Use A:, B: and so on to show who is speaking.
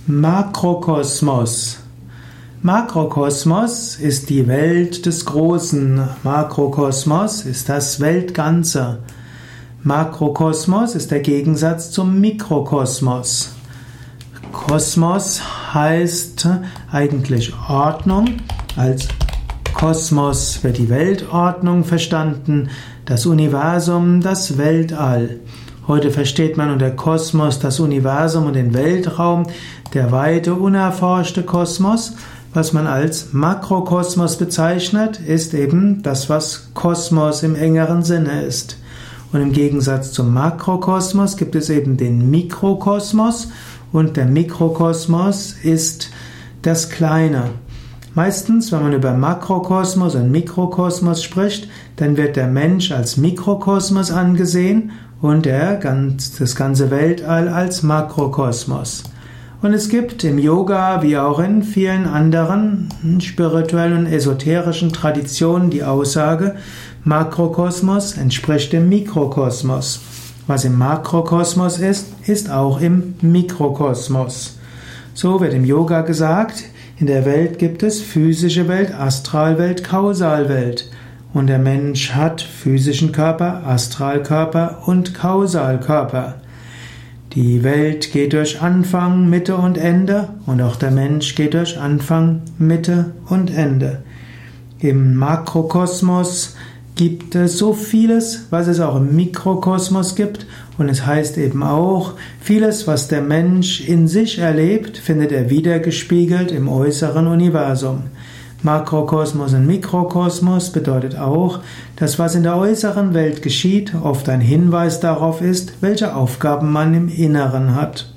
A: Makrokosmos. Makrokosmos ist die Welt des Großen. Makrokosmos ist das Weltganze. Makrokosmos ist der Gegensatz zum Mikrokosmos. Kosmos heißt eigentlich Ordnung. Als Kosmos wird die Weltordnung verstanden, das Universum, das Weltall. Heute versteht man unter Kosmos das Universum und den Weltraum, der weite, unerforschte Kosmos. Was man als Makrokosmos bezeichnet, ist eben das, was Kosmos im engeren Sinne ist. Und im Gegensatz zum Makrokosmos gibt es eben den Mikrokosmos, und der Mikrokosmos ist das Kleine. Meistens, wenn man über Makrokosmos und Mikrokosmos spricht, dann wird der Mensch als Mikrokosmos angesehen und das ganze Weltall als Makrokosmos. Und es gibt im Yoga wie auch in vielen anderen spirituellen und esoterischen Traditionen die Aussage, Makrokosmos entspricht dem Mikrokosmos. Was im Makrokosmos ist, ist auch im Mikrokosmos. So wird im Yoga gesagt, in der Welt gibt es physische Welt, Astralwelt, Kausalwelt. Und der Mensch hat physischen Körper, Astralkörper und Kausalkörper. Die Welt geht durch Anfang, Mitte und Ende und auch der Mensch geht durch Anfang, Mitte und Ende. Im Makrokosmos gibt es so vieles, was es auch im Mikrokosmos gibt, und es heißt eben auch, vieles, was der Mensch in sich erlebt, findet er wiedergespiegelt im äußeren Universum. Makrokosmos und Mikrokosmos bedeutet auch, dass was in der äußeren Welt geschieht, oft ein Hinweis darauf ist, welche Aufgaben man im Inneren hat.